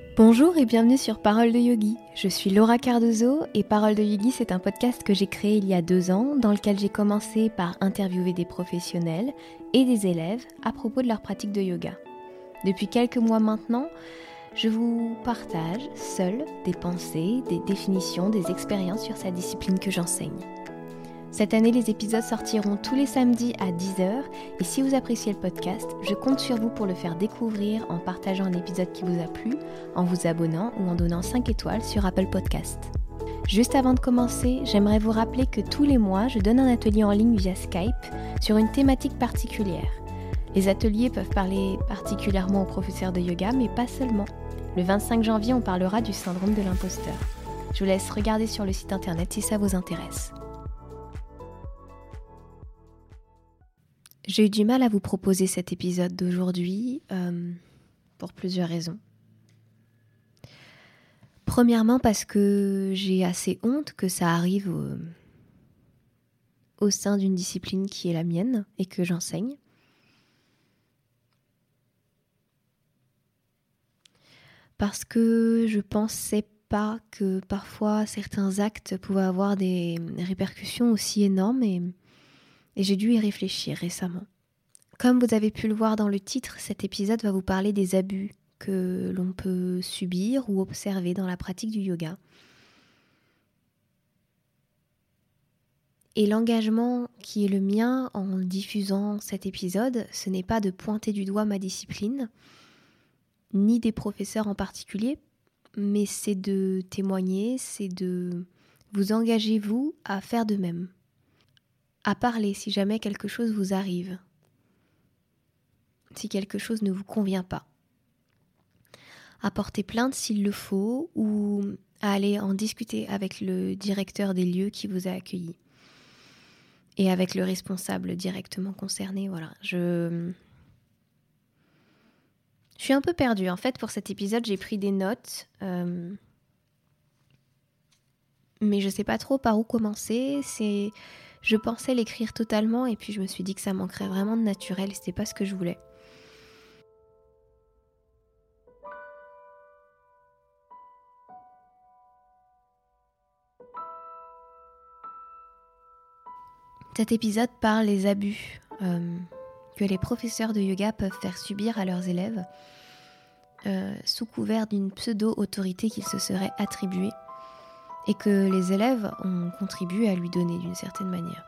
Bonjour et bienvenue sur Parole de Yogi. Je suis Laura Cardozo et Parole de Yogi, c'est un podcast que j'ai créé il y a 2 ans dans lequel j'ai commencé par interviewer des professionnels et des élèves à propos de leur pratique de yoga. Depuis quelques mois maintenant, je vous partage seule des pensées, des définitions, des expériences sur cette discipline que j'enseigne. Cette année, les épisodes sortiront tous les samedis à 10h et si vous appréciez le podcast, je compte sur vous pour le faire découvrir en partageant un épisode qui vous a plu, en vous abonnant ou en donnant 5 étoiles sur Apple Podcast. Juste avant de commencer, j'aimerais vous rappeler que tous les mois, je donne un atelier en ligne via Skype sur une thématique particulière. Les ateliers peuvent parler particulièrement aux professeurs de yoga, mais pas seulement. Le 25 janvier, on parlera du syndrome de l'imposteur. Je vous laisse regarder sur le site internet si ça vous intéresse. J'ai eu du mal à vous proposer cet épisode d'aujourd'hui pour plusieurs raisons. Premièrement parce que j'ai assez honte que ça arrive au sein d'une discipline qui est la mienne et que j'enseigne. Parce que je pensais pas que parfois certains actes pouvaient avoir des répercussions aussi énormes et j'ai dû y réfléchir récemment. Comme vous avez pu le voir dans le titre, cet épisode va vous parler des abus que l'on peut subir ou observer dans la pratique du yoga. Et l'engagement qui est le mien en diffusant cet épisode, ce n'est pas de pointer du doigt ma discipline, ni des professeurs en particulier, mais c'est de témoigner, c'est de vous engager vous à faire de même, à parler si jamais quelque chose vous arrive, si quelque chose ne vous convient pas, à porter plainte s'il le faut ou à aller en discuter avec le directeur des lieux qui vous a accueilli et avec le responsable directement concerné. Voilà, je suis un peu perdue. En fait, pour cet épisode, j'ai pris des notes, mais je sais pas trop par où commencer. Je pensais l'écrire totalement et puis je me suis dit que ça manquerait vraiment de naturel et c'était pas ce que je voulais. Cet épisode parle des abus que les professeurs de yoga peuvent faire subir à leurs élèves sous couvert d'une pseudo-autorité qu'ils se seraient attribuée et que les élèves ont contribué à lui donner d'une certaine manière.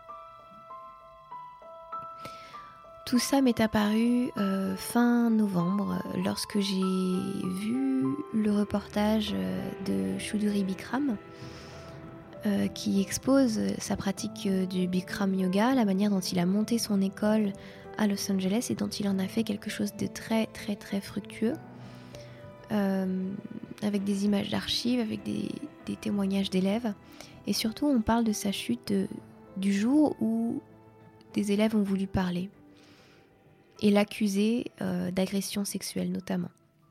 Tout ça m'est apparu fin novembre lorsque j'ai vu le reportage de Choudhury Bikram qui expose sa pratique du Bikram Yoga, la manière dont il a monté son école à Los Angeles et dont il en a fait quelque chose de très très très fructueux, avec des images d'archives, avec des témoignages d'élèves. Et surtout, on parle de sa chute du jour où des élèves ont voulu parler et l'accuser d'agression sexuelle notamment.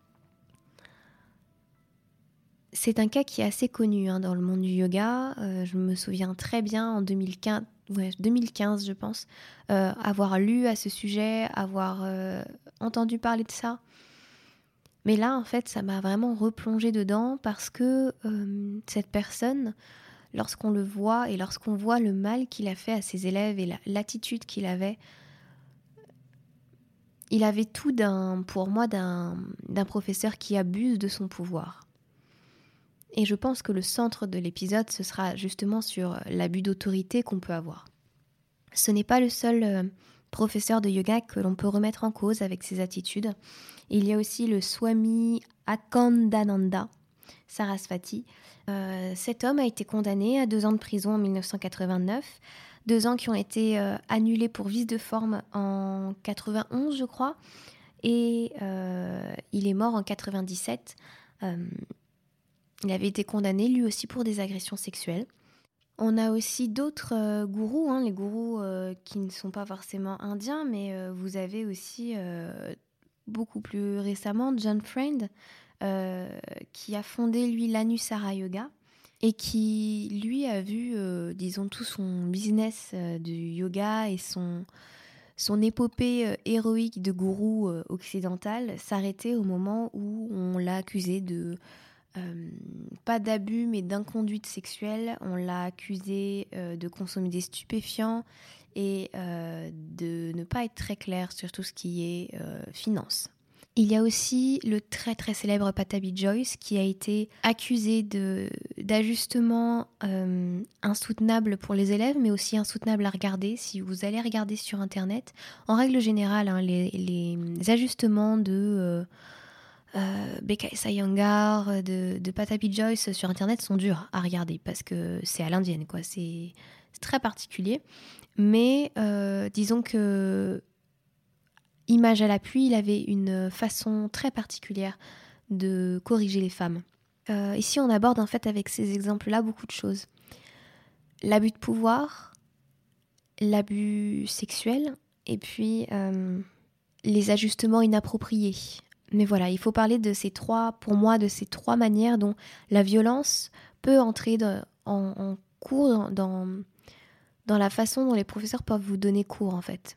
C'est un cas qui est assez connu dans le monde du yoga. Je me souviens très bien en 2015 je pense, avoir lu à ce sujet, avoir entendu parler de ça. Mais là, en fait, ça m'a vraiment replongée dedans parce que cette personne, lorsqu'on le voit et lorsqu'on voit le mal qu'il a fait à ses élèves et l'attitude qu'il avait, il avait tout pour moi d'un professeur qui abuse de son pouvoir. Et je pense que le centre de l'épisode, ce sera justement sur l'abus d'autorité qu'on peut avoir. Ce n'est pas le seul professeur de yoga que l'on peut remettre en cause avec ses attitudes. Il y a aussi le Swami Akhandananda Sarasvati. Cet homme a été condamné à 2 ans de prison en 1989, 2 ans qui ont été annulés pour vice de forme en 91, je crois, et il est mort en 97. Il avait été condamné lui aussi pour des agressions sexuelles. On a aussi d'autres gourous, les gourous qui ne sont pas forcément indiens, mais vous avez aussi beaucoup plus récemment John Friend, qui a fondé lui l'Anusara Yoga et qui lui a vu, disons, tout son business du yoga et son épopée héroïque de gourou occidental s'arrêtait au moment où on l'a accusé de, pas d'abus, mais d'inconduite sexuelle. On l'a accusé de consommer des stupéfiants et de ne pas être très clair sur tout ce qui est finance. Il y a aussi le très très célèbre Pattabhi Jois qui a été accusé d'ajustements insoutenables pour les élèves, mais aussi insoutenables à regarder. Si vous allez regarder sur Internet, en règle générale, les ajustements de BKS Iyengar, de Pattabhi Jois sur Internet sont durs à regarder parce que c'est à l'indienne, quoi. C'est très particulier. Mais disons que image à l'appui, il avait une façon très particulière de corriger les femmes. Ici, on aborde en fait avec ces exemples-là beaucoup de choses. L'abus de pouvoir, l'abus sexuel, et puis les ajustements inappropriés. Mais voilà, il faut parler de ces trois manières dont la violence peut entrer en cours dans la façon dont les professeurs peuvent vous donner cours en fait.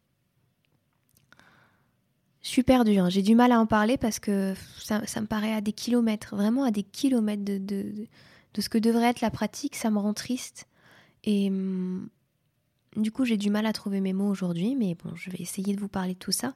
Super dur, hein. J'ai du mal à en parler parce que ça me paraît à des kilomètres, vraiment à des kilomètres de ce que devrait être la pratique, ça me rend triste. Et du coup, j'ai du mal à trouver mes mots aujourd'hui, mais bon, je vais essayer de vous parler de tout ça.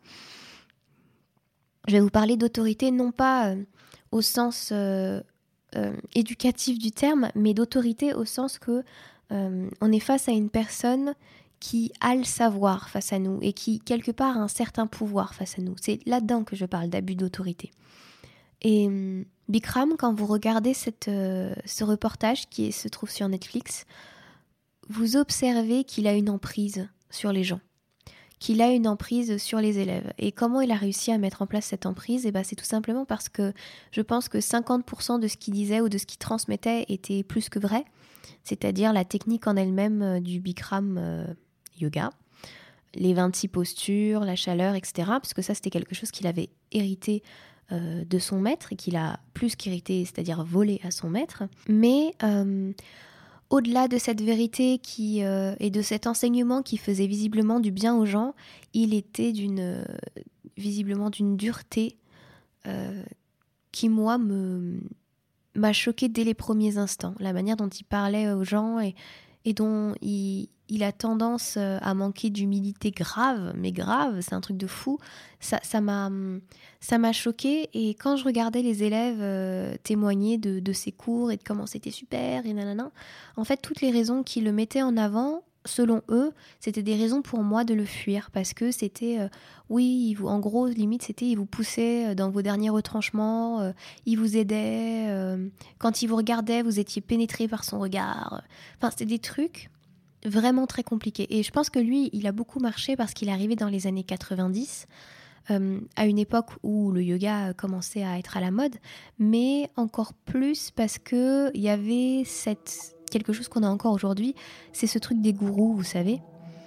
Je vais vous parler d'autorité, non pas au sens éducatif du terme, mais d'autorité au sens que on est face à une personne qui a le savoir face à nous et qui, quelque part, a un certain pouvoir face à nous. C'est là-dedans que je parle d'abus d'autorité. Et Bikram, quand vous regardez ce reportage qui se trouve sur Netflix, vous observez qu'il a une emprise sur les gens, qu'il a une emprise sur les élèves. Et comment il a réussi à mettre en place cette emprise ? Et c'est tout simplement parce que je pense que 50% de ce qu'il disait ou de ce qu'il transmettait était plus que vrai, c'est-à-dire la technique en elle-même du Bikram yoga, les 26 postures, la chaleur, etc. Parce que ça, c'était quelque chose qu'il avait hérité de son maître et qu'il a plus qu'hérité, c'est-à-dire volé à son maître. Mais au-delà de cette vérité et de cet enseignement qui faisait visiblement du bien aux gens, il était visiblement d'une dureté qui, moi, m'a choquée dès les premiers instants. La manière dont il parlait aux gens et dont il a tendance à manquer d'humilité grave, mais grave, c'est un truc de fou. Ça m'a choquée, et quand je regardais les élèves témoigner de ses cours et de comment c'était super et nanana, en fait, toutes les raisons qui le mettaient en avant, selon eux, c'était des raisons pour moi de le fuir, parce que c'était, en gros, limite, c'était, il vous poussait dans vos derniers retranchements, il vous aidait, quand il vous regardait, vous étiez pénétré par son regard. Enfin, c'était des trucs vraiment très compliqués. Et je pense que lui, il a beaucoup marché parce qu'il est arrivé dans les années 90, à une époque où le yoga commençait à être à la mode, mais encore plus parce qu'il y avait quelque chose qu'on a encore aujourd'hui, c'est ce truc des gourous, vous savez.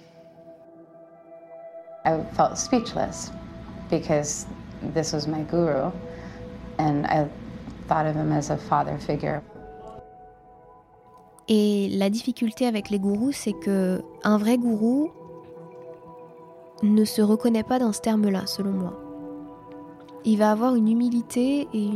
I felt speechless because this was my guru and I thought of him as a father figure. Et la difficulté avec les gourous, c'est que un vrai gourou ne se reconnaît pas dans ce terme-là, selon moi. Il va avoir une humilité et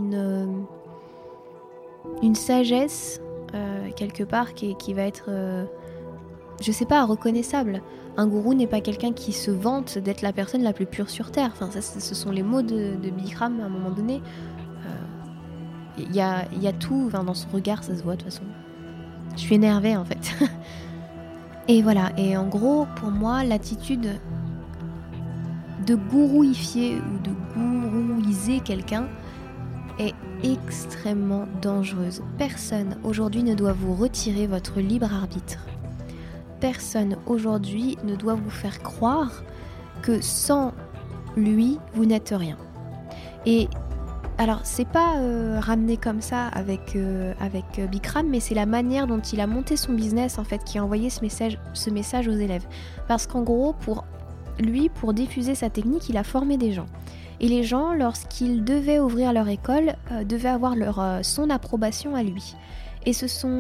une sagesse quelque part qui va être, je sais pas, reconnaissable. Un gourou n'est pas quelqu'un qui se vante d'être la personne la plus pure sur Terre. Enfin, ça, ce sont les mots de Bikram à un moment donné. Il y a tout, dans son regard, ça se voit de toute façon. Je suis énervée en fait. Et voilà, et en gros, pour moi, l'attitude de gourouifier ou de gourouiser quelqu'un est extrêmement dangereuse. Personne aujourd'hui ne doit vous retirer votre libre arbitre. Personne aujourd'hui ne doit vous faire croire que sans lui, vous n'êtes rien. Et alors, c'est pas ramené comme ça avec Bikram, mais c'est la manière dont il a monté son business en fait qui a envoyé ce message aux élèves. Parce qu'en gros, pour diffuser sa technique, il a formé des gens. Et les gens, lorsqu'ils devaient ouvrir leur école, devaient avoir son approbation à lui. Et ce sont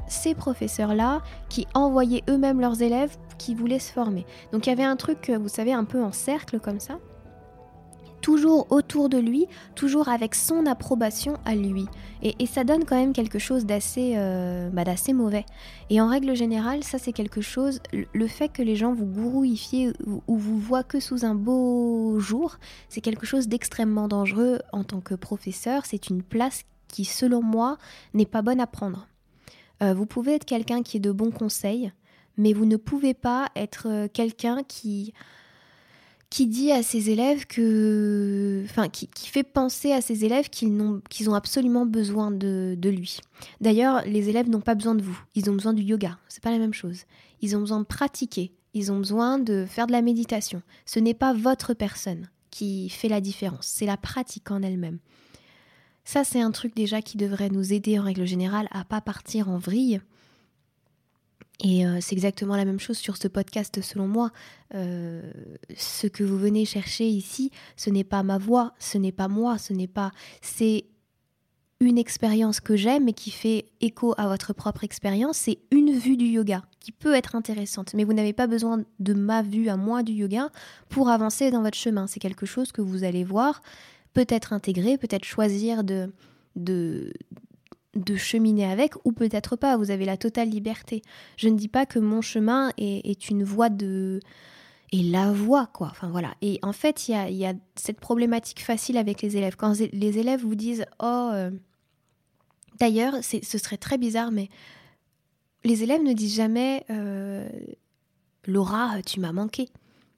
ces professeurs-là qui envoyaient eux-mêmes leurs élèves qui voulaient se former. Donc il y avait un truc, vous savez, un peu en cercle comme ça, toujours autour de lui, toujours avec son approbation à lui. Et ça donne quand même quelque chose d'assez mauvais. Et en règle générale, ça c'est quelque chose, le fait que les gens vous gourouifient ou vous voient que sous un beau jour, c'est quelque chose d'extrêmement dangereux en tant que professeur. C'est une place qui, selon moi, n'est pas bonne à prendre. Vous pouvez être quelqu'un qui est de bons conseils, mais vous ne pouvez pas être quelqu'un qui dit à ses élèves qui fait penser à ses élèves qu'ils ont absolument besoin de lui. D'ailleurs, les élèves n'ont pas besoin de vous, ils ont besoin du yoga, c'est pas la même chose. Ils ont besoin de pratiquer, ils ont besoin de faire de la méditation. Ce n'est pas votre personne qui fait la différence, c'est la pratique en elle-même. Ça, c'est un truc déjà qui devrait nous aider en règle générale à pas partir en vrille. Et c'est exactement la même chose sur ce podcast selon moi. Ce que vous venez chercher ici, ce n'est pas ma voix, ce n'est pas moi, c'est une expérience que j'aime et qui fait écho à votre propre expérience. C'est une vue du yoga qui peut être intéressante, mais vous n'avez pas besoin de ma vue à moi du yoga pour avancer dans votre chemin. C'est quelque chose que vous allez voir, peut-être intégrer, peut-être choisir de cheminer avec, ou peut-être pas, vous avez la totale liberté. Je ne dis pas que mon chemin est une voie est la voie, quoi. Enfin voilà. Et en fait, il y a cette problématique facile avec les élèves. Quand les élèves vous disent « Oh, d'ailleurs, ce serait très bizarre, mais les élèves ne disent jamais Laura, tu m'as manqué. »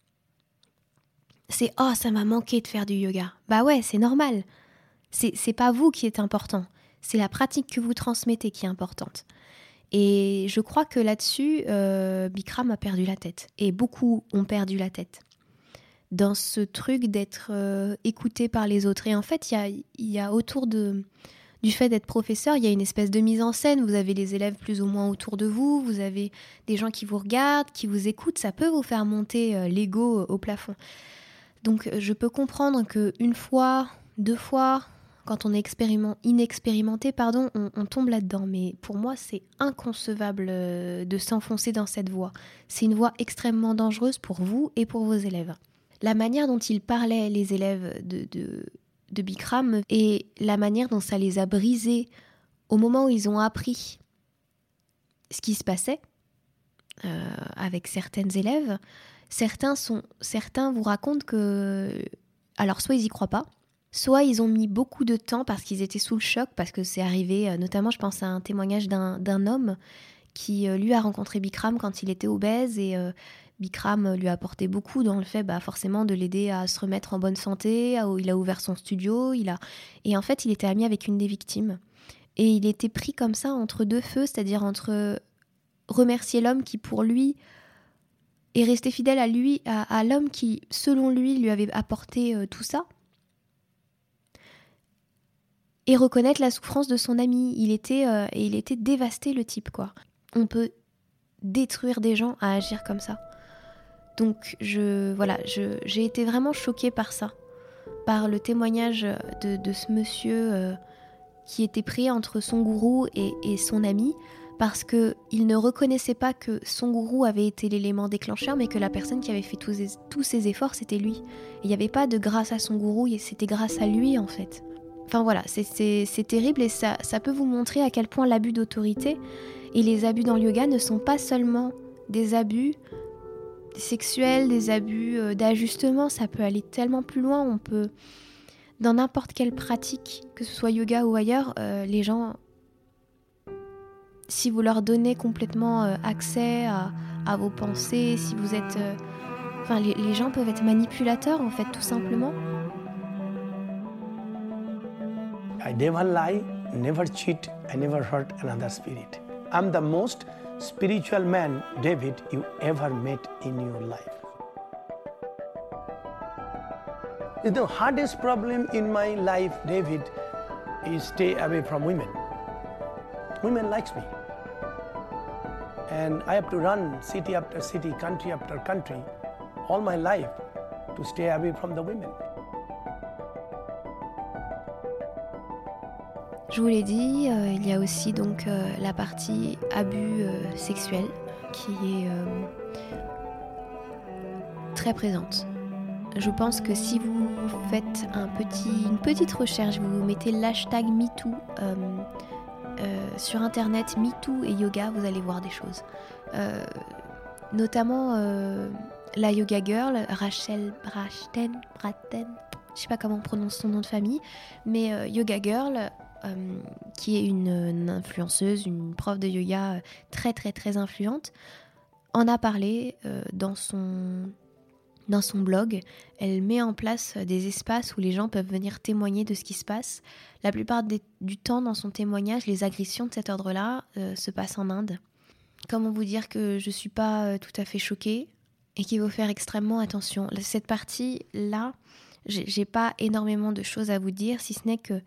C'est « Oh, ça m'a manqué de faire du yoga. » Bah ouais, c'est normal. C'est pas vous qui êtes important. C'est la pratique que vous transmettez qui est importante. Et je crois que là-dessus, Bikram a perdu la tête. Et beaucoup ont perdu la tête. Dans ce truc d'être écouté par les autres. Et en fait, il y a autour du fait d'être professeur, il y a une espèce de mise en scène. Vous avez les élèves plus ou moins autour de vous. Vous avez des gens qui vous regardent, qui vous écoutent. Ça peut vous faire monter l'ego au plafond. Donc, je peux comprendre qu'une fois, 2 fois... Quand on est inexpérimenté, on tombe là-dedans. Mais pour moi, c'est inconcevable de s'enfoncer dans cette voie. C'est une voie extrêmement dangereuse pour vous et pour vos élèves. La manière dont ils parlaient, les élèves de Bikram, et la manière dont ça les a brisés au moment où ils ont appris ce qui se passait avec certaines élèves, certains vous racontent que... Alors, soit ils y croient pas, soit ils ont mis beaucoup de temps parce qu'ils étaient sous le choc, parce que c'est arrivé, notamment je pense à un témoignage d'un homme qui lui a rencontré Bikram quand il était obèse et Bikram lui a apporté beaucoup dans le fait forcément de l'aider à se remettre en bonne santé, il a ouvert son studio, et en fait il était ami avec une des victimes. Et il était pris comme ça entre deux feux, c'est-à-dire entre remercier l'homme qui pour lui est resté fidèle à l'homme qui selon lui avait apporté tout ça, et reconnaître la souffrance de son ami. Il était dévasté, le type, quoi. On peut détruire des gens à agir comme ça. Donc, j'ai été vraiment choquée par ça. Par le témoignage de ce monsieur qui était pris entre son gourou et son ami, parce qu'il ne reconnaissait pas que son gourou avait été l'élément déclencheur, mais que la personne qui avait fait tous ses efforts, c'était lui. Il n'y avait pas de grâce à son gourou, c'était grâce à lui, en fait. Enfin voilà, c'est terrible et ça peut vous montrer à quel point l'abus d'autorité et les abus dans le yoga ne sont pas seulement des abus sexuels, des abus d'ajustement, ça peut aller tellement plus loin. On peut, dans n'importe quelle pratique, que ce soit yoga ou ailleurs, les gens, si vous leur donnez complètement accès à vos pensées, si vous êtes... les gens peuvent être manipulateurs en fait, tout simplement. I never lie, never cheat, I never hurt another spirit. I'm the most spiritual man, David, you ever met in your life. The hardest problem in my life, David, is stay away from women. Women likes me. And I have to run city after city, country after country, all my life to stay away from the women. Je vous l'ai dit, il y a aussi donc la partie abus sexuel qui est très présente. Je pense que si vous faites une petite recherche, vous mettez l'hashtag MeToo sur internet, MeToo et yoga, vous allez voir des choses. Notamment la yoga girl, Rachel Braten, je sais pas comment on prononce son nom de famille, mais yoga girl, qui est une influenceuse, une prof de yoga très très très influente, en a parlé dans son blog. Elle met en place des espaces où les gens peuvent venir témoigner de ce qui se passe. La plupart du temps, dans son témoignage, les agressions de cet ordre-là se passent en Inde. Comment vous dire que je ne suis pas tout à fait choquée et qu'il faut faire extrêmement attention. Cette partie-là, j'ai pas énormément de choses à vous dire, si ce n'est que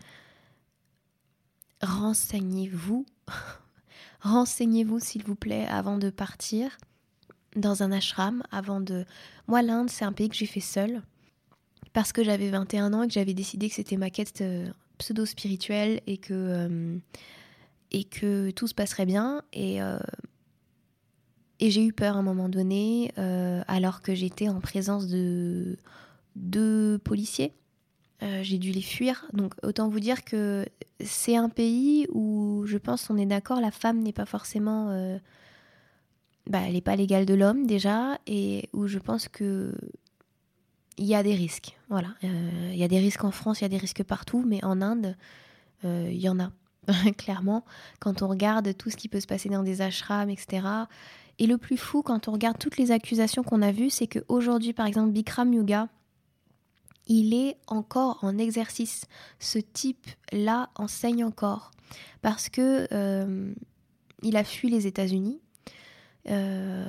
renseignez-vous. Renseignez-vous, s'il vous plaît, avant de partir dans un ashram, Moi, l'Inde, c'est un pays que j'ai fait seule, parce que j'avais 21 ans et que j'avais décidé que c'était ma quête pseudo-spirituelle et que tout se passerait bien. Et j'ai eu peur à un moment donné, alors que j'étais en présence de 2 policiers. J'ai dû les fuir. Donc autant vous dire que c'est un pays où, je pense on est d'accord, la femme n'est pas forcément... elle n'est pas l'égale de l'homme déjà, et où je pense que il y a des risques. Voilà, il y a des risques en France, il y a des risques partout, mais en Inde, il y en a. Clairement, quand on regarde tout ce qui peut se passer dans des ashrams, etc. Et le plus fou, quand on regarde toutes les accusations qu'on a vues, c'est qu'aujourd'hui, par exemple, Bikram Yoga, il est encore en exercice. Ce type-là enseigne encore. Parce que il a fui les États-Unis. Il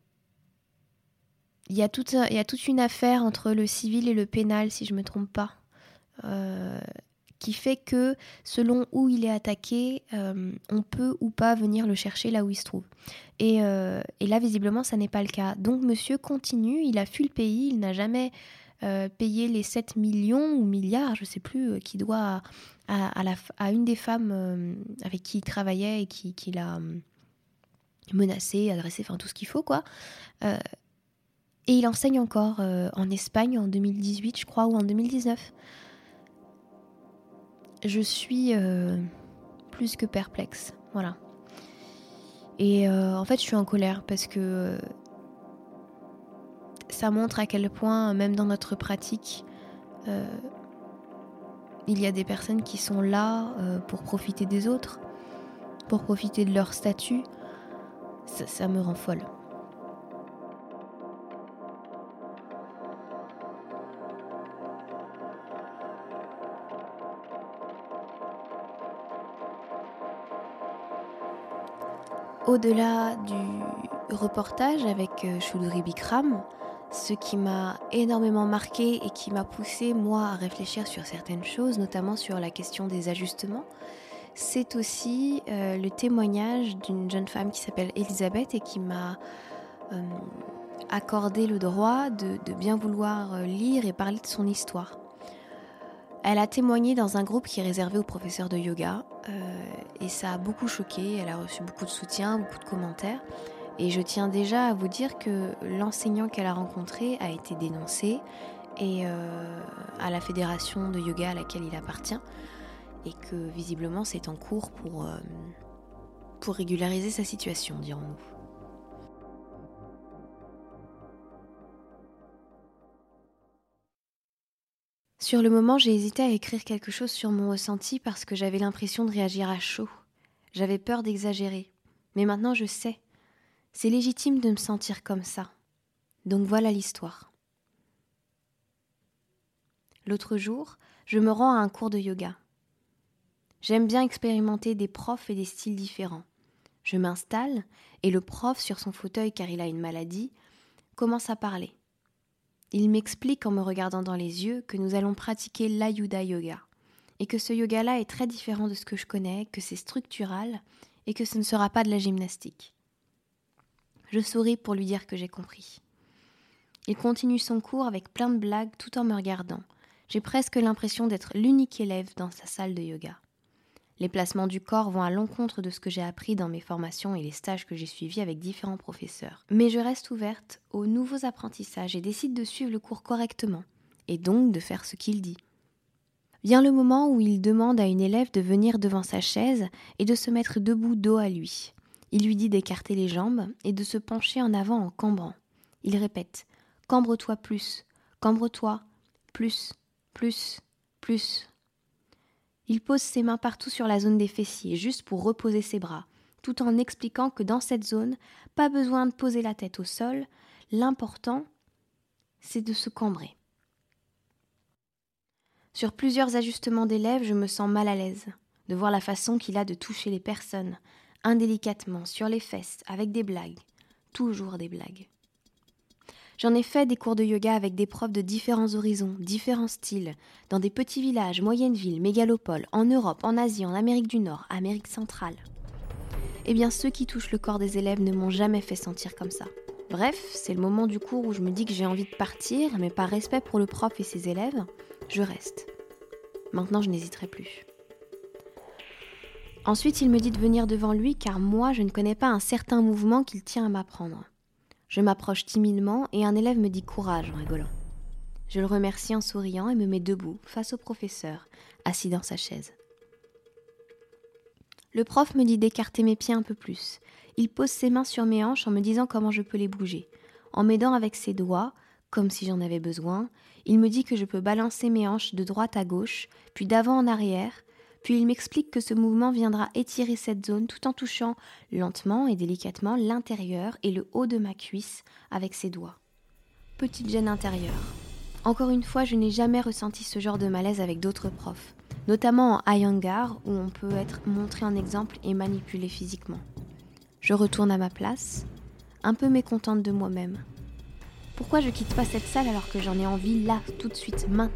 y a toute une affaire entre le civil et le pénal, si je ne me trompe pas, qui fait que selon où il est attaqué, on peut ou pas venir le chercher là où il se trouve. Et là, visiblement, ça n'est pas le cas. Donc, monsieur continue, il a fui le pays, il n'a jamais payé les 7 millions ou milliards, je ne sais plus, qu'il doit à une des femmes avec qui il travaillait et qui l'a menacé, agressé, enfin tout ce qu'il faut, quoi. Et il enseigne encore en Espagne en 2018, je crois, ou en 2019. Je suis plus que perplexe, voilà. Et en fait, je suis en colère parce que ça montre à quel point, même dans notre pratique, il y a des personnes qui sont là pour profiter des autres, pour profiter de leur statut. Ça me rend folle. Au-delà du reportage avec Choudhury Bikram, ce qui m'a énormément marqué et qui m'a poussé, moi, à réfléchir sur certaines choses, notamment sur la question des ajustements, c'est aussi le témoignage d'une jeune femme qui s'appelle Elisabeth et qui m'a accordé le droit de bien vouloir lire et parler de son histoire. Elle a témoigné dans un groupe qui est réservé aux professeurs de yoga et ça a beaucoup choqué, elle a reçu beaucoup de soutien, beaucoup de commentaires. Et je tiens déjà à vous dire que l'enseignant qu'elle a rencontré a été dénoncé et à la fédération de yoga à laquelle il appartient et que visiblement c'est en cours pour régulariser sa situation, dirons-nous. Sur le moment, j'ai hésité à écrire quelque chose sur mon ressenti parce que j'avais l'impression de réagir à chaud. J'avais peur d'exagérer. Mais maintenant, je sais. C'est légitime de me sentir comme ça. Donc voilà l'histoire. L'autre jour, je me rends à un cours de yoga. J'aime bien expérimenter des profs et des styles différents. Je m'installe et le prof, sur son fauteuil car il a une maladie, commence à parler. Il m'explique en me regardant dans les yeux que nous allons pratiquer l'Ayuda Yoga et que ce yoga-là est très différent de ce que je connais, que c'est structural et que ce ne sera pas de la gymnastique. Je souris pour lui dire que j'ai compris. Il continue son cours avec plein de blagues tout en me regardant. J'ai presque l'impression d'être l'unique élève dans sa salle de yoga. Les placements du corps vont à l'encontre de ce que j'ai appris dans mes formations et les stages que j'ai suivis avec différents professeurs. Mais je reste ouverte aux nouveaux apprentissages et décide de suivre le cours correctement, et donc de faire ce qu'il dit. Vient le moment où il demande à une élève de venir devant sa chaise et de se mettre debout dos à lui. Il lui dit d'écarter les jambes et de se pencher en avant en cambrant. Il répète « Cambre-toi plus, cambre-toi, plus, plus, plus ». Il pose ses mains partout sur la zone des fessiers, juste pour reposer ses bras, tout en expliquant que dans cette zone, pas besoin de poser la tête au sol, l'important, c'est de se cambrer. Sur plusieurs ajustements d'élèves, je me sens mal à l'aise de voir la façon qu'il a de toucher les personnes, indélicatement, sur les fesses, avec des blagues, toujours des blagues. J'en ai fait des cours de yoga avec des profs de différents horizons, différents styles, dans des petits villages, moyennes villes, mégalopoles, en Europe, en Asie, en Amérique du Nord, Amérique centrale. Eh bien, ceux qui touchent le corps des élèves ne m'ont jamais fait sentir comme ça. Bref, c'est le moment du cours où je me dis que j'ai envie de partir, mais par respect pour le prof et ses élèves, je reste. Maintenant, je n'hésiterai plus. Ensuite, il me dit de venir devant lui car moi, je ne connais pas un certain mouvement qu'il tient à m'apprendre. Je m'approche timidement et un élève me dit courage en rigolant. Je le remercie en souriant et me mets debout face au professeur, assis dans sa chaise. Le prof me dit d'écarter mes pieds un peu plus. Il pose ses mains sur mes hanches en me disant comment je peux les bouger. En m'aidant avec ses doigts, comme si j'en avais besoin, il me dit que je peux balancer mes hanches de droite à gauche, puis d'avant en arrière, puis il m'explique que ce mouvement viendra étirer cette zone tout en touchant lentement et délicatement l'intérieur et le haut de ma cuisse avec ses doigts. Petite gêne intérieure. Encore une fois, je n'ai jamais ressenti ce genre de malaise avec d'autres profs, notamment en Iyengar où on peut être montré en exemple et manipulé physiquement. Je retourne à ma place, un peu mécontente de moi-même. Pourquoi je quitte pas cette salle alors que j'en ai envie là, tout de suite, maintenant ?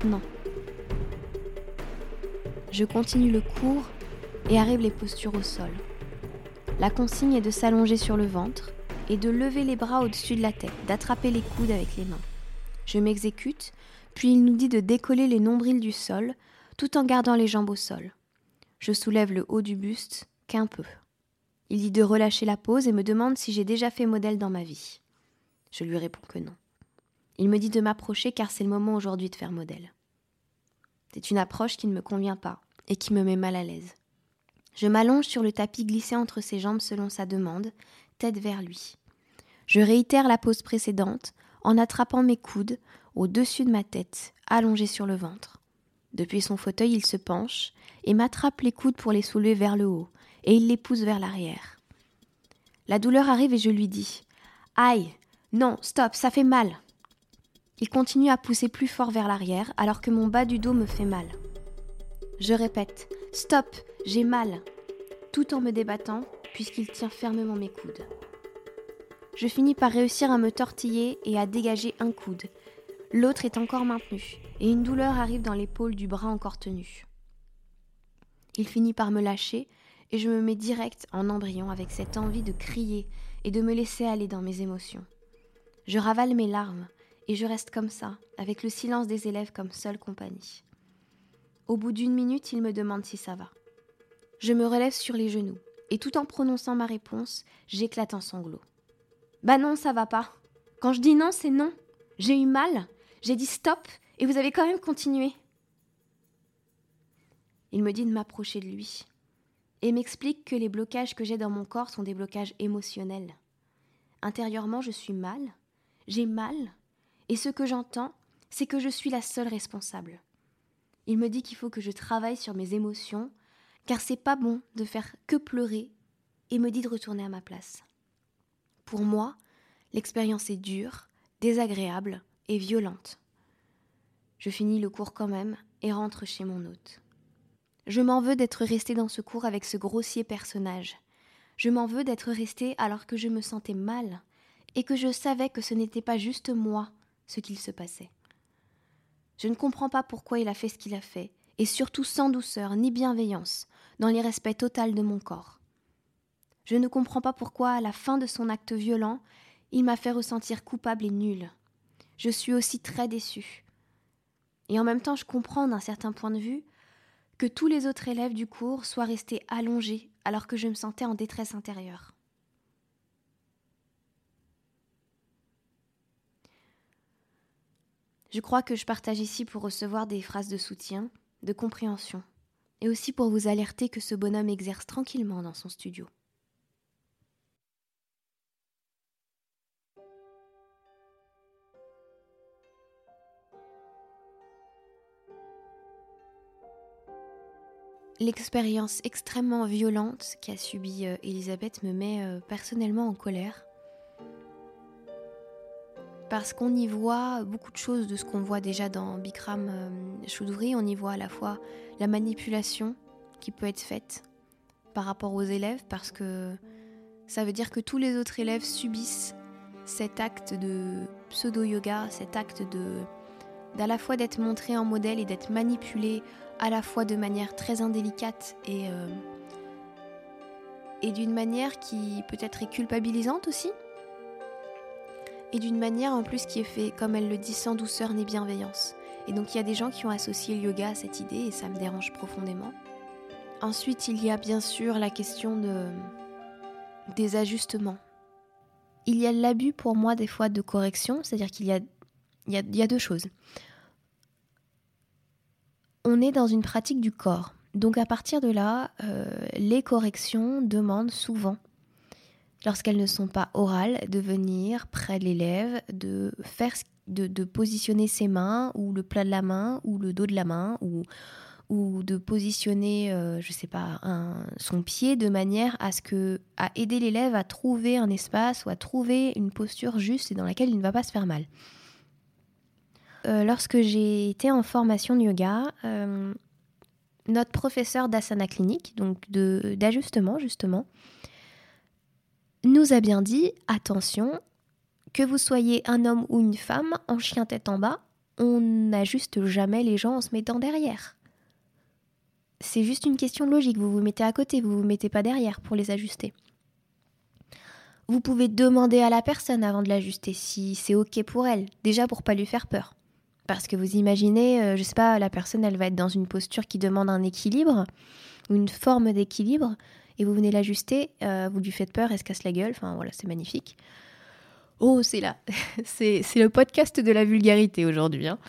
Je continue le cours et arrive les postures au sol. La consigne est de s'allonger sur le ventre et de lever les bras au-dessus de la tête, d'attraper les coudes avec les mains. Je m'exécute, puis il nous dit de décoller les nombrils du sol tout en gardant les jambes au sol. Je soulève le haut du buste qu'un peu. Il dit de relâcher la pose et me demande si j'ai déjà fait modèle dans ma vie. Je lui réponds que non. Il me dit de m'approcher car c'est le moment aujourd'hui de faire modèle. C'est une approche qui ne me convient pas et qui me met mal à l'aise. Je m'allonge sur le tapis glissé entre ses jambes selon sa demande, tête vers lui. Je réitère la pose précédente en attrapant mes coudes au-dessus de ma tête, allongée sur le ventre. Depuis son fauteuil, il se penche et m'attrape les coudes pour les soulever vers le haut et il les pousse vers l'arrière. La douleur arrive et je lui dis « Aïe, non, stop, ça fait mal !» Il continue à pousser plus fort vers l'arrière alors que mon bas du dos me fait mal. Je répète « Stop, j'ai mal !» tout en me débattant puisqu'il tient fermement mes coudes. Je finis par réussir à me tortiller et à dégager un coude. L'autre est encore maintenu et une douleur arrive dans l'épaule du bras encore tenu. Il finit par me lâcher et je me mets direct en embryon avec cette envie de crier et de me laisser aller dans mes émotions. Je ravale mes larmes et je reste comme ça, avec le silence des élèves comme seule compagnie. Au bout d'1 minute, il me demande si ça va. Je me relève sur les genoux et tout en prononçant ma réponse, j'éclate en sanglots. Bah non, ça va pas. Quand je dis non, c'est non. J'ai eu mal, j'ai dit stop et vous avez quand même continué. Il me dit de m'approcher de lui et m'explique que les blocages que j'ai dans mon corps sont des blocages émotionnels. Intérieurement, je suis mal, j'ai mal, et ce que j'entends, c'est que je suis la seule responsable. Il me dit qu'il faut que je travaille sur mes émotions, car c'est pas bon de faire que pleurer, et me dit de retourner à ma place. Pour moi, l'expérience est dure, désagréable et violente. Je finis le cours quand même et rentre chez mon hôte. Je m'en veux d'être restée dans ce cours avec ce grossier personnage. Je m'en veux d'être restée alors que je me sentais mal et que je savais que ce n'était pas juste moi ce qu'il se passait. Je ne comprends pas pourquoi il a fait ce qu'il a fait, et surtout sans douceur ni bienveillance, dans l'irrespect total de mon corps. Je ne comprends pas pourquoi, à la fin de son acte violent, il m'a fait ressentir coupable et nulle. Je suis aussi très déçue. Et en même temps, je comprends d'un certain point de vue que tous les autres élèves du cours soient restés allongés alors que je me sentais en détresse intérieure. Je crois que je partage ici pour recevoir des phrases de soutien, de compréhension, et aussi pour vous alerter que ce bonhomme exerce tranquillement dans son studio. L'expérience extrêmement violente qu'a subie Elisabeth me met personnellement en colère. Parce qu'on y voit beaucoup de choses de ce qu'on voit déjà dans Bikram Choudhury. On y voit à la fois la manipulation qui peut être faite par rapport aux élèves, parce que ça veut dire que tous les autres élèves subissent cet acte de pseudo-yoga, cet acte d'à la fois d'être montré en modèle et d'être manipulé à la fois de manière très indélicate et d'une manière qui peut-être est culpabilisante aussi. Et d'une manière en plus qui est fait, comme elle le dit, sans douceur ni bienveillance. Et donc il y a des gens qui ont associé le yoga à cette idée et ça me dérange profondément. Ensuite, il y a bien sûr la question des ajustements. Il y a l'abus pour moi des fois de correction, c'est-à-dire qu'il y a deux choses. On est dans une pratique du corps. Donc à partir de là, les corrections demandent souvent, lorsqu'elles ne sont pas orales, de venir près de l'élève, de positionner ses mains, ou le plat de la main, ou le dos de la main, ou de positionner, son pied de manière à aider l'élève à trouver un espace ou à trouver une posture juste et dans laquelle il ne va pas se faire mal. Lorsque j'ai été en formation de yoga, notre professeur d'asana clinique, donc d'ajustement justement, nous a bien dit, attention, que vous soyez un homme ou une femme, en chien tête en bas, on n'ajuste jamais les gens en se mettant derrière. C'est juste une question de logique, vous vous mettez à côté, vous vous mettez pas derrière pour les ajuster. Vous pouvez demander à la personne avant de l'ajuster si c'est ok pour elle, déjà pour pas lui faire peur. Parce que vous imaginez, la personne elle va être dans une posture qui demande un équilibre, ou une forme d'équilibre, et vous venez l'ajuster, vous lui faites peur, elle se casse la gueule, enfin voilà, c'est magnifique. Oh, c'est là, c'est le podcast de la vulgarité aujourd'hui. Hein.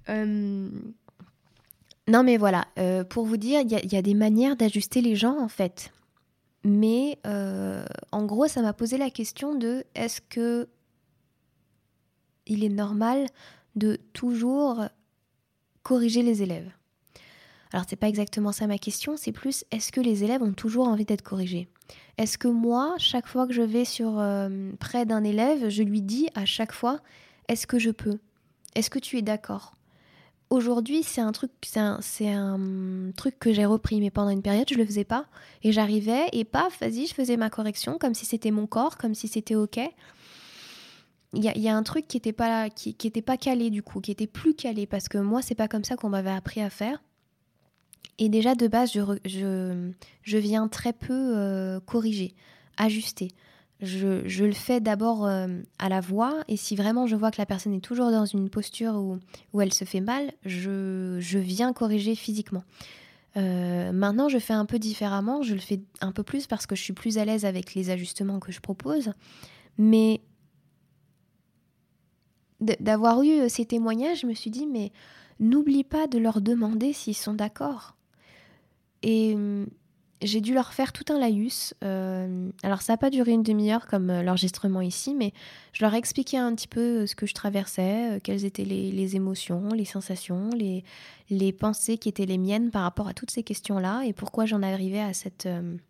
Non mais voilà, pour vous dire, il y a des manières d'ajuster les gens en fait. Mais en gros, ça m'a posé la question de est-ce que il est normal de toujours corriger les élèves ? Alors c'est pas exactement ça ma question, c'est plus est-ce que les élèves ont toujours envie d'être corrigés ? Est-ce que moi, chaque fois que je vais près d'un élève, je lui dis à chaque fois est-ce que je peux ? Est-ce que tu es d'accord ? Aujourd'hui, c'est un truc que j'ai repris, mais pendant une période, je le faisais pas. Et j'arrivais et paf, vas-y, je faisais ma correction comme si c'était mon corps, comme si c'était ok. Il y a un truc qui était pas calé du coup, qui était plus calé parce que moi, c'est pas comme ça qu'on m'avait appris à faire. Et déjà de base, je viens très peu corriger, ajuster. Je le fais d'abord à la voix, et si vraiment je vois que la personne est toujours dans une posture où elle se fait mal, je viens corriger physiquement. Maintenant, je fais un peu différemment, je le fais un peu plus parce que je suis plus à l'aise avec les ajustements que je propose. Mais d'avoir eu ces témoignages, je me suis dit, mais n'oublie pas de leur demander s'ils sont d'accord. Et j'ai dû leur faire tout un laïus. Alors ça n'a pas duré une demi-heure comme l'enregistrement ici, mais je leur ai expliqué un petit peu ce que je traversais, quelles étaient les émotions, les sensations, les pensées qui étaient les miennes par rapport à toutes ces questions-là et pourquoi j'en arrivais à cette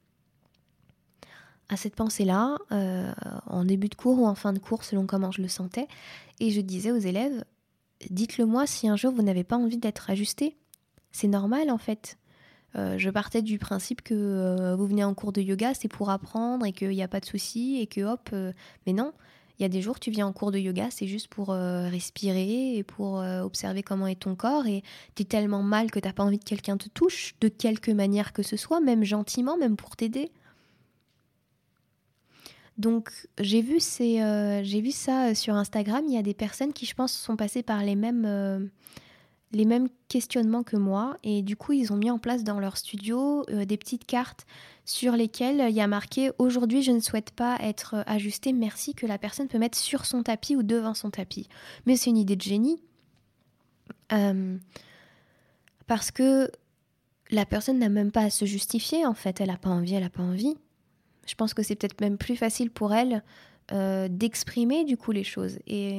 pensée-là, en début de cours ou en fin de cours, selon comment je le sentais. Et je disais aux élèves, dites-le moi si un jour vous n'avez pas envie d'être ajusté. C'est normal en fait. Je partais du principe que vous venez en cours de yoga, c'est pour apprendre et qu'il n'y a pas de souci et que hop, mais non, il y a des jours tu viens en cours de yoga, c'est juste pour respirer et pour observer comment est ton corps et t'es tellement mal que t'as pas envie que quelqu'un te touche de quelque manière que ce soit, même gentiment, même pour t'aider. Donc j'ai vu ça sur Instagram, il y a des personnes qui je pense sont passées par les mêmes les mêmes questionnements que moi et du coup ils ont mis en place dans leur studio des petites cartes sur lesquelles il y a marqué « Aujourd'hui je ne souhaite pas être ajusté, merci » que la personne peut mettre sur son tapis ou devant son tapis. Mais c'est une idée de génie parce que la personne n'a même pas à se justifier en fait, elle n'a pas envie. Je pense que c'est peut-être même plus facile pour elle d'exprimer du coup les choses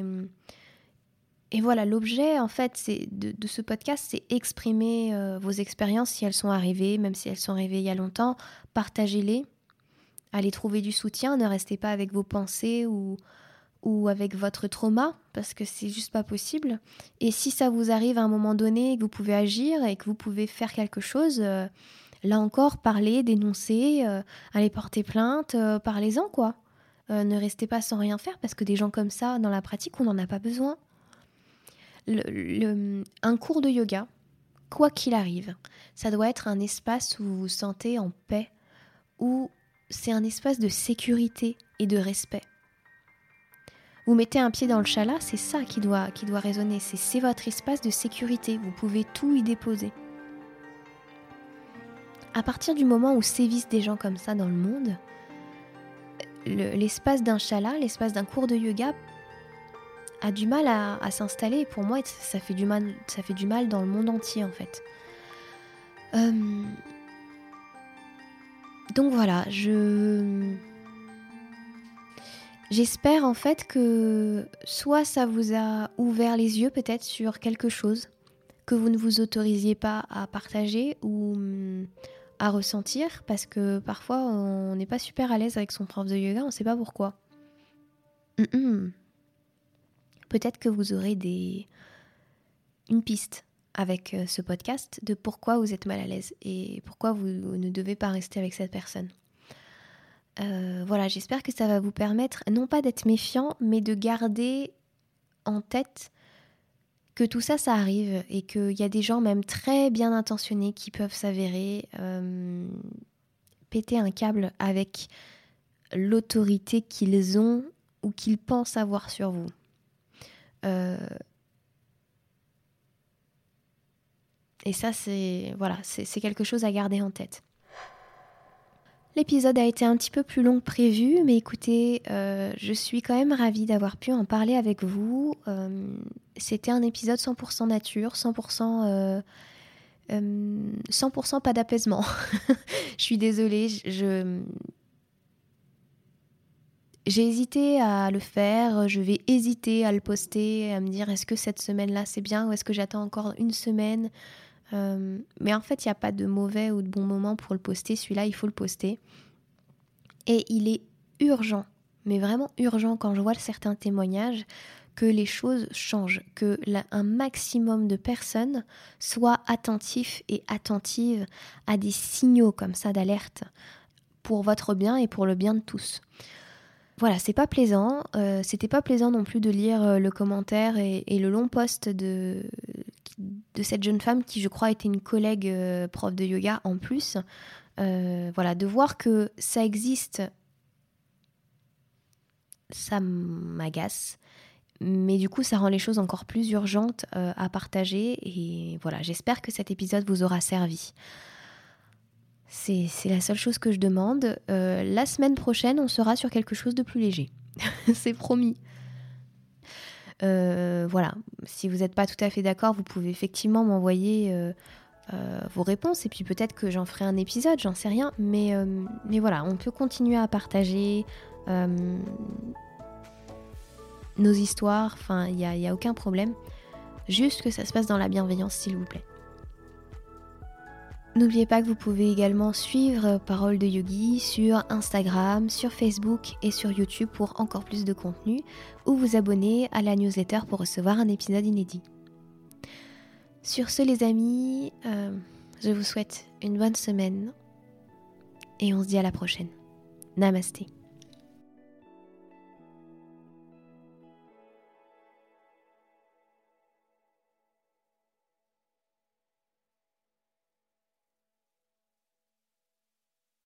et voilà, l'objet en fait de ce podcast, c'est exprimer vos expériences si elles sont arrivées, même si elles sont arrivées il y a longtemps, partagez-les, allez trouver du soutien, ne restez pas avec vos pensées ou avec votre trauma, parce que c'est juste pas possible. Et si ça vous arrive à un moment donné, que vous pouvez agir et que vous pouvez faire quelque chose, là encore, parlez, dénoncez, allez porter plainte, parlez-en quoi. Ne restez pas sans rien faire, parce que des gens comme ça, dans la pratique, on n'en a pas besoin. Un cours de yoga, quoi qu'il arrive, ça doit être un espace où vous vous sentez en paix, où c'est un espace de sécurité et de respect. Vous mettez un pied dans le chala, c'est ça qui doit résonner, c'est votre espace de sécurité, vous pouvez tout y déposer. À partir du moment où sévissent des gens comme ça dans le monde, l'espace d'un chala, l'espace d'un cours de yoga a du mal à s'installer. Pour moi, ça fait du mal dans le monde entier en fait. Donc voilà, j'espère en fait que soit ça vous a ouvert les yeux peut-être sur quelque chose que vous ne vous autorisiez pas à partager ou à ressentir, parce que parfois on n'est pas super à l'aise avec son prof de yoga, on ne sait pas pourquoi. Peut-être que vous aurez une piste avec ce podcast de pourquoi vous êtes mal à l'aise et pourquoi vous ne devez pas rester avec cette personne. Voilà, j'espère que ça va vous permettre non pas d'être méfiant, mais de garder en tête que tout ça, ça arrive et qu'il y a des gens même très bien intentionnés qui peuvent s'avérer péter un câble avec l'autorité qu'ils ont ou qu'ils pensent avoir sur vous. Et ça, c'est quelque chose à garder en tête. L'épisode a été un petit peu plus long que prévu, mais écoutez, je suis quand même ravie d'avoir pu en parler avec vous. C'était un épisode 100% nature, 100% pas d'apaisement. Je suis désolée, j'ai hésité à le faire, je vais hésiter à le poster, à me dire est-ce que cette semaine-là c'est bien ou est-ce que j'attends encore une semaine. Mais en fait, il n'y a pas de mauvais ou de bon moment pour le poster. Celui-là, il faut le poster. Et il est urgent, mais vraiment urgent quand je vois certains témoignages, que les choses changent, que un maximum de personnes soient attentifs et attentives à des signaux comme ça d'alerte pour votre bien et pour le bien de tous. Voilà, c'est pas plaisant. C'était pas plaisant non plus de lire le commentaire et le long post de cette jeune femme qui, je crois, était une collègue prof de yoga en plus. Voilà, de voir que ça existe, ça m'agace. Mais du coup, ça rend les choses encore plus urgentes à partager. Et voilà, j'espère que cet épisode vous aura servi. C'est la seule chose que je demande. La semaine prochaine, on sera sur quelque chose de plus léger. C'est promis. Voilà, si vous n'êtes pas tout à fait d'accord, vous pouvez effectivement m'envoyer vos réponses et puis peut-être que j'en ferai un épisode, j'en sais rien. Mais voilà, on peut continuer à partager nos histoires, enfin, il y a aucun problème. Juste que ça se passe dans la bienveillance, s'il vous plaît. N'oubliez pas que vous pouvez également suivre Parole de Yogi sur Instagram, sur Facebook et sur YouTube pour encore plus de contenu, ou vous abonner à la newsletter pour recevoir un épisode inédit. Sur ce les amis, je vous souhaite une bonne semaine et on se dit à la prochaine. Namasté.